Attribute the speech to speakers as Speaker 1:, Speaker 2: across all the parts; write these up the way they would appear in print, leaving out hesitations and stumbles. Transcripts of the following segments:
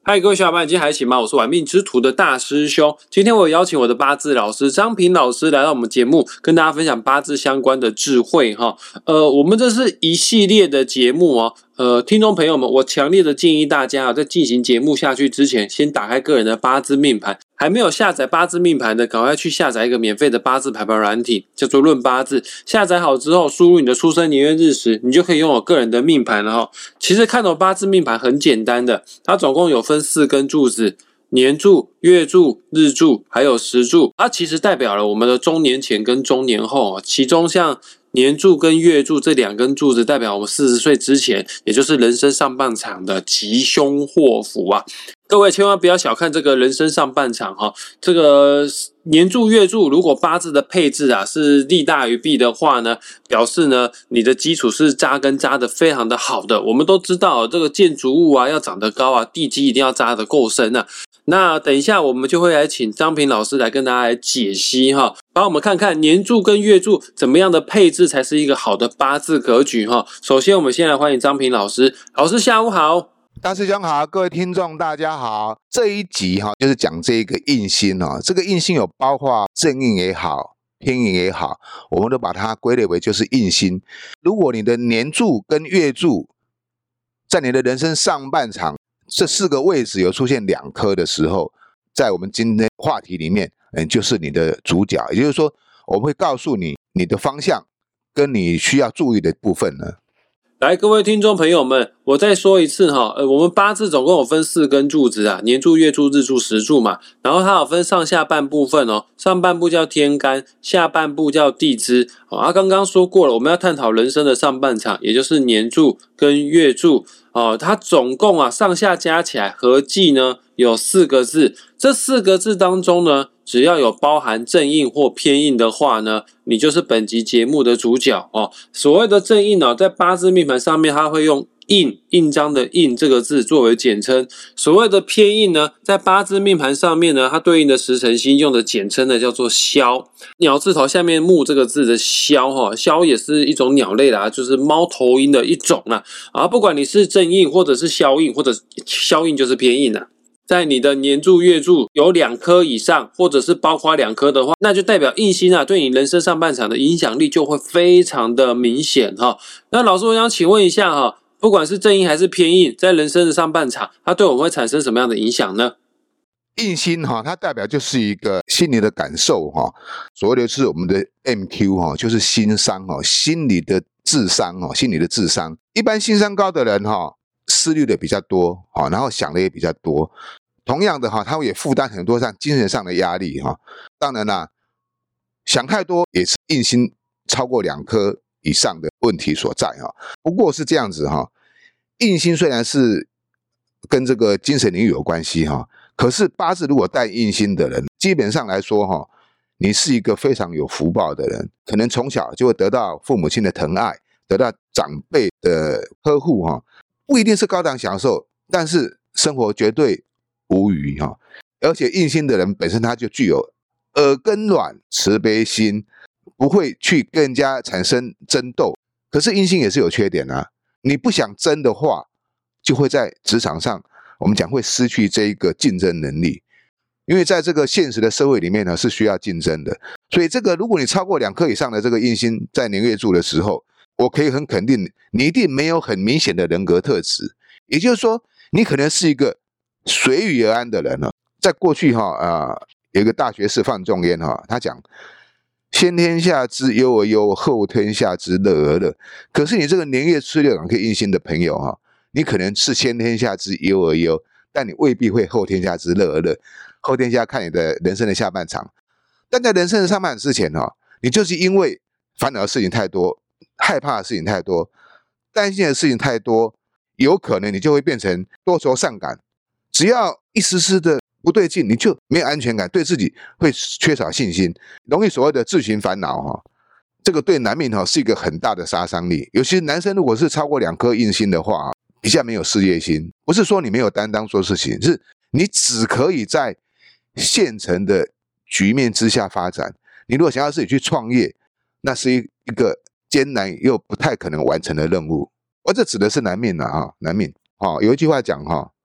Speaker 1: 嗨，各位小伙伴，今天还行吗？我是玩命之徒的大师兄。今天我邀请我的八字老师张平老师来到我们节目，跟大家分享八字相关的智慧哈。我们这是一系列的节目哦。听众朋友们，我强烈的建议大家在进行节目下去之前，先打开个人的八字命盘。还没有下载八字命盘的，赶快去下载一个免费的八字排盘软体，叫做论八字。下载好之后，输入你的出生年月日时，你就可以拥有个人的命盘了哈。其实看懂八字命盘很简单的，它总共有分4根柱子。年柱、月柱、日柱还有时柱，它其实代表了我们的中年前跟中年后，其中像年柱跟月柱这2根柱子代表我们40岁之前，也就是人生上半场的吉凶祸福啊。各位千万不要小看这个人生上半场哈，这个年柱、月柱如果八字的配置啊是利大于弊的话呢，表示呢你的基础是扎根扎得非常的好的。我们都知道这个建筑物啊要长得高啊，地基一定要扎得够深啊。那等一下我们就会来请张平老师来跟大家来解析哈，帮我们看看年柱跟月柱怎么样的配置才是一个好的八字格局哈。首先我们先来欢迎张平老师，老师下午好。
Speaker 2: 大师兄好，各位听众大家好。这一集就是讲这个印星这个印星有包括正印也好，偏印也好，我们都把它归类为就是印星。如果你的年柱跟月柱在你的人生上半场这4个位置有出现2颗的时候，在我们今天话题里面就是你的主角，也就是说我们会告诉你你的方向跟你需要注意的部分呢。
Speaker 1: 来，各位听众朋友们，我再说一次哈，我们八字总共有分4根柱子啊，年柱、月柱、日柱、时柱嘛，然后它有分上下半部分哦，上半部叫天干，下半部叫地支。刚刚说过了，我们要探讨人生的上半场，也就是年柱跟月柱它总共啊上下加起来合计呢有4个字，这4个字当中呢，只要有包含正印或偏印的话呢，你就是本集节目的主角哦。所谓的正印在八字命盘上面，它会用印章的印这个字作为简称。所谓的偏印呢，在八字命盘上面呢，它对应的时辰星用的简称呢叫做枭，鸟字头下面木这个字的枭枭也是一种鸟类啦，就是猫头鹰的一种啦。不管你是正印或者是枭印，或者枭印就是偏印啦。在你的年柱、月柱有2颗以上，或者是包括2颗的话，那就代表印星对你人生上半场的影响力就会非常的明显哈。那老师，我想请问一下哈，不管是正印还是偏印，在人生的上半场，它对我们会产生什么样的影响呢？
Speaker 2: 印星它代表就是一个心理的感受所谓的是我们的 MQ 就是心商心理的智商心理的智商。一般心商高的人思虑的比较多然后想的也比较多，同样的他也负担很多上精神上的压力当然啦，想太多也是印星超过2颗以上的问题所在不过是这样子印星虽然是跟这个精神领域有关系可是八字如果带印星的人，基本上来说你是一个非常有福报的人，可能从小就会得到父母亲的疼爱，得到长辈的呵护不一定是高档享受，但是生活绝对无虞而且印星的人本身他就具有耳根软、慈悲心，不会去跟人家产生争斗。可是印星也是有缺点你不想争的话，就会在职场上我们讲会失去这一个竞争能力，因为在这个现实的社会里面呢是需要竞争的。所以这个如果你超过2颗以上的这个印星在年月柱的时候，我可以很肯定你一定没有很明显的人格特质，也就是说你可能是一个随遇而安的人在过去有一个大学士范仲淹他讲先天下之忧而忧，后天下之乐而乐。可是你这个年月初6两颗印星的朋友你可能是先天下之忧而忧，但你未必会后天下之乐而乐。后天下看你的人生的下半场，但在人生的上半场之前你就是因为烦恼的事情太多，害怕的事情太多，担心的事情太多，有可能你就会变成多愁善感，只要一丝丝的不对劲，你就没有安全感，对自己会缺少信心，容易所谓的自寻烦恼这个对男命是一个很大的杀伤力。尤其是男生如果是超过2颗印星的话比较没有事业心，不是说你没有担当做事情，是你只可以在现成的局面之下发展。你如果想要自己去创业，那是一个艰难又不太可能完成的任务。这指的是男命男命有一句话讲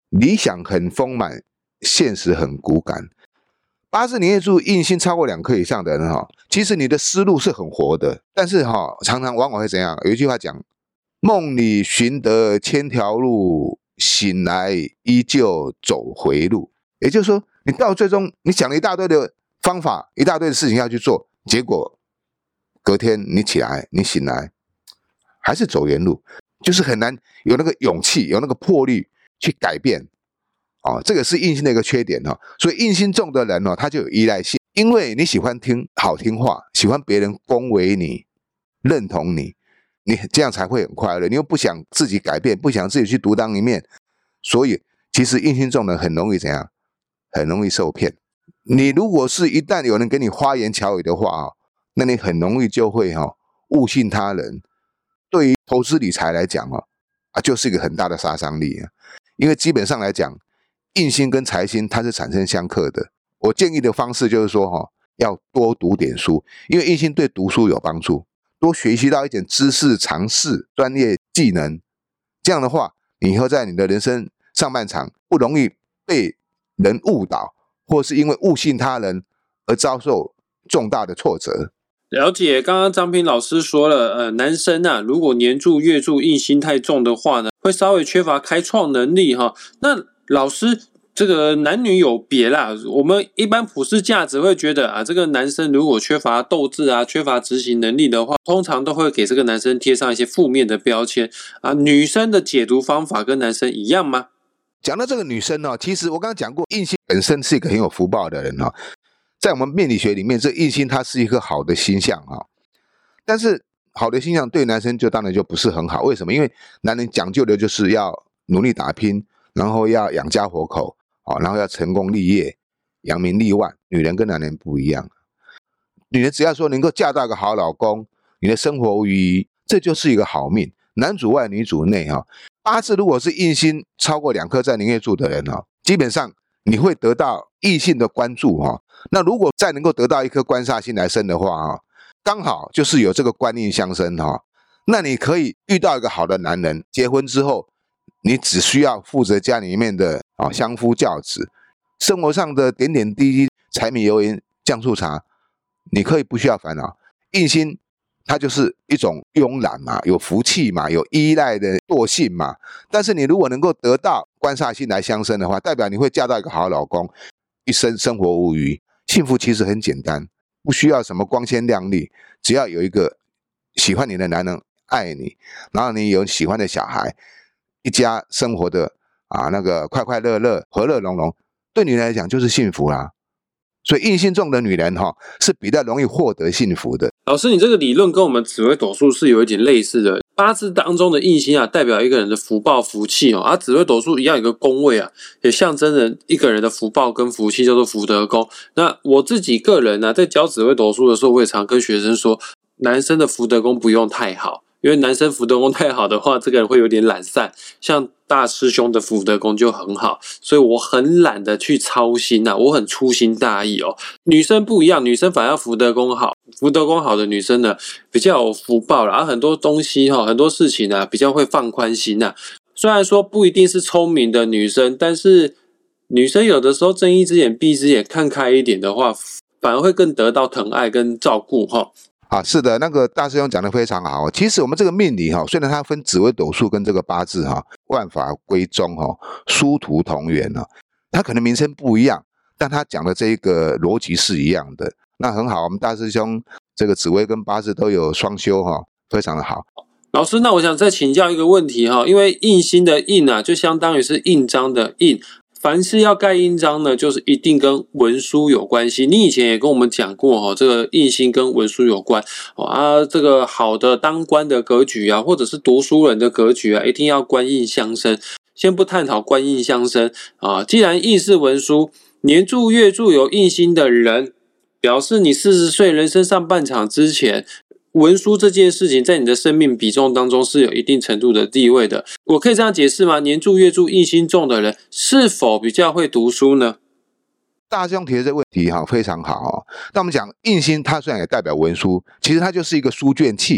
Speaker 2: 理想很丰满，现实很骨感。八字年月柱印星超过2颗以上的人其实你的思路是很活的，但是常常往往会怎样？有一句话讲，梦里寻得千条路，醒来依旧走回路。也就是说，你到最终你想了一大堆的方法，一大堆的事情要去做，结果隔天你起来，你醒来还是走原路，就是很难有那个勇气，有那个魄力去改变。这个是印星的一个缺点所以印星重的人他就有依赖性，因为你喜欢听好听话，喜欢别人恭维你，认同你，你这样才会很快乐。你又不想自己改变，不想自己去独当一面，所以其实印星重的人很容易怎样？很容易受骗。你如果是一旦有人给你花言巧语的话那你很容易就会误信他人。对于投资理财来讲就是一个很大的杀伤力因为基本上来讲，印星跟财星它是产生相克的。我建议的方式就是说要多读点书，因为印星对读书有帮助，多学习到一点知识常识、专业技能，这样的话你以后在你的人生上半场不容易被人误导，或是因为误信他人而遭受重大的挫折。
Speaker 1: 了解，刚刚张平老师说了，男生如果年柱月柱印星太重的话呢，会稍微缺乏开创能力那老师，这个男女有别啦，我们一般普世价值会觉得这个男生如果缺乏斗志缺乏执行能力的话，通常都会给这个男生贴上一些负面的标签女生的解读方法跟男生一样吗？
Speaker 2: 讲到这个女生其实我刚刚讲过，印星本身是一个很有福报的人在我们命理学里面，这印星它是一个好的星象但是好的星象对男生就当然就不是很好。为什么？因为男人讲究的就是要努力打拼，然后要养家活口然后要成功立业，扬名立万。女人跟男人不一样，女人只要说能够嫁到一个好老公，你的生活无虞，这就是一个好命。男主外女主内八字如果是印星超过2颗在年月柱的人基本上你会得到异性的关注那如果再能够得到一颗官煞星来生的话刚好就是有这个官印相生那你可以遇到一个好的男人，结婚之后你只需要负责家里面的相夫教子，生活上的点点滴滴，柴米油盐酱醋茶，你可以不需要烦恼。印星它就是一种慵懒嘛，有福气嘛，有依赖的惰性嘛。但是你如果能够得到官煞星来相生的话，代表你会嫁到一个好老公，一生生活无虞。幸福其实很简单，不需要什么光鲜亮丽，只要有一个喜欢你的男人爱你，然后你有喜欢的小孩，一家生活的那个快快乐乐，和乐融融，对女人来讲就是幸福啦。所以印星重的女人是比较容易获得幸福的。
Speaker 1: 老师，你这个理论跟我们紫微斗数是有一点类似的。八字当中的印星代表一个人的福报福气紫微斗数一样有一个宫位也象征着一个人的福报跟福气，叫做福德宫。那我自己个人在教紫微斗数的时候，我也常跟学生说，男生的福德宫不用太好，因为男生福德宫太好的话，这个人会有点懒散。像大师兄的福德宫就很好，所以我很懒得去操心我很粗心大意女生不一样，女生反而福德宫好，福德宫好的女生呢比较有福报啦，很多东西很多事情比较会放宽心虽然说不一定是聪明的女生，但是女生有的时候睁一只眼闭一只眼，看开一点的话，反而会更得到疼爱跟照顾
Speaker 2: 是的，那个大师兄讲得非常好。其实我们这个命理虽然它分紫微斗数跟这个八字万法归宗殊途同源它可能名称不一样，但它讲的这个逻辑是一样的。那很好，我们大师兄这个紫微跟八字都有双修非常的好。
Speaker 1: 老师，那我想再请教一个问题因为印星的印就相当于是印章的印，凡是要盖印章呢，就是一定跟文书有关系。你以前也跟我们讲过这个印星跟文书有关这个好的当官的格局或者是读书人的格局一定要官印相生。先不探讨官印相生既然印是文书，年柱月柱有印星的人，表示你40岁人生上半场之前，文书这件事情在你的生命比重当中是有一定程度的地位的。我可以这样解释吗？年柱月柱印星重的人是否比较会读书呢？
Speaker 2: 大师兄提的这个问题非常好那我们讲印星它虽然也代表文书，其实它就是一个书卷气。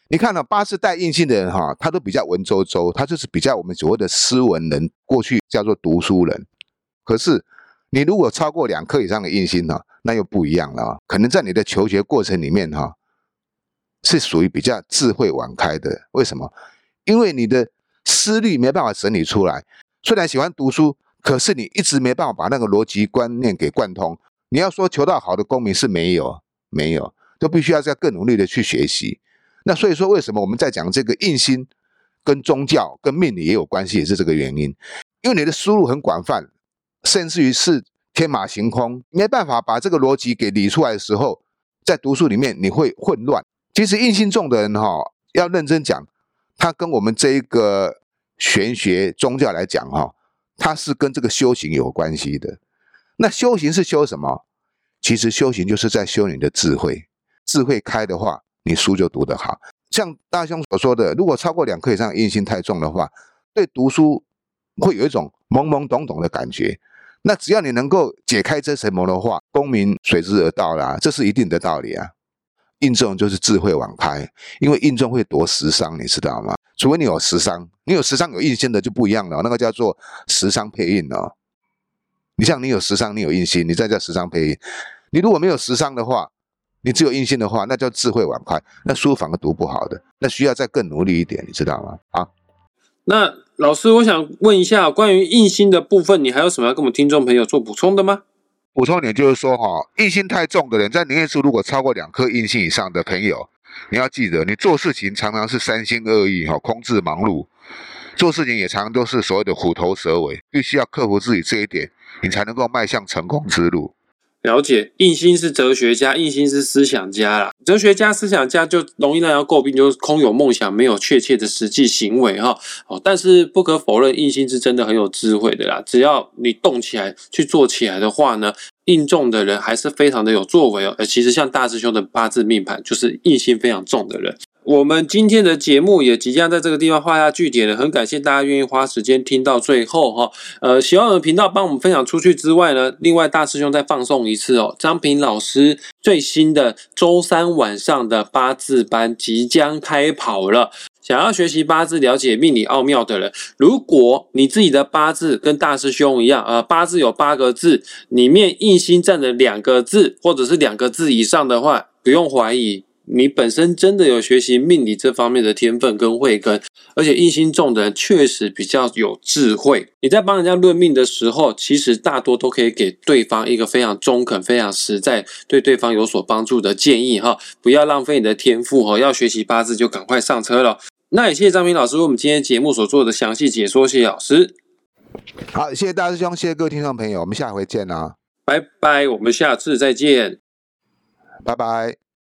Speaker 2: 你看到八字带印星的人哈，他都比较文绉绉，他就是比较我们所谓的斯文人，过去叫做读书人。可是你如果超过2颗以上的印星哈，那又不一样了，可能在你的求学过程里面哈，是属于比较智慧晚开的。为什么？因为你的思虑没办法整理出来，虽然喜欢读书，可是你一直没办法把那个逻辑观念给贯通。你要说求到好的功名是没有，都必须要再更努力的去学习。那所以说，为什么我们在讲这个印星跟宗教跟命理也有关系，也是这个原因。因为你的思路很广泛，甚至于是天马行空，没办法把这个逻辑给理出来的时候，在读书里面你会混乱。其实印星重的人要认真讲，他跟我们这一个玄学宗教来讲它是跟这个修行有关系的。那修行是修什么？其实修行就是在修你的智慧，智慧开的话，你书就读得好。像大兄所说的，如果超过2颗以上印星太重的话，对读书会有一种懵懵懂懂的感觉。那只要你能够解开这层膜的话，功名随之而到啦，这是一定的道理啊。印重就是智慧晚开，因为印重会夺食伤，你知道吗？除非你有食伤，你有食伤有印星的就不一样了，那个叫做食伤配印哦。你像你有食伤，你有印星，你再叫食伤配印。你如果没有食伤的话，你只有印星的话，那叫智慧晚开，那书反而读不好的，那需要再更努力一点，你知道吗？
Speaker 1: 那老师，我想问一下，关于印星的部分，你还有什么要跟我们听众朋友做补充的吗？
Speaker 2: 补充点就是说印星太重的人，在年月数如果超过2颗印星以上的朋友，你要记得，你做事情常常是三心二意空置忙碌，做事情也常常都是所谓的虎头蛇尾，必须要克服自己这一点，你才能够迈向成功之路。
Speaker 1: 了解，印星是哲学家，印星是思想家啦。哲学家、思想家就容易让人诟病，就是空有梦想，没有确切的实际行为但是不可否认，印星是真的很有智慧的啦。只要你动起来去做起来的话呢，印重的人还是非常的有作为其实像大师兄的八字命盘，就是印星非常重的人。我们今天的节目也即将在这个地方画下句点了，很感谢大家愿意花时间听到最后喜欢我的频道帮我们分享出去之外呢，另外大师兄再放送一次张平老师最新的周三晚上的八字班即将开跑了。想要学习八字、了解命理奥妙的人，如果你自己的八字跟大师兄一样八字有8个字，里面印星占了2个字或者是2个字以上的话，不用怀疑，你本身真的有学习命理这方面的天分跟慧根，而且印星重的人确实比较有智慧。你在帮人家论命的时候，其实大多都可以给对方一个非常中肯、非常实在，对对方有所帮助的建议不要浪费你的天赋要学习八字就赶快上车了。那也谢谢张平老师为我们今天节目所做的详细解说，谢谢老师。
Speaker 2: 好，谢谢大师兄，谢谢各位听众朋友，我们下回见啦，
Speaker 1: 拜拜，我们下次再见，
Speaker 2: 拜拜。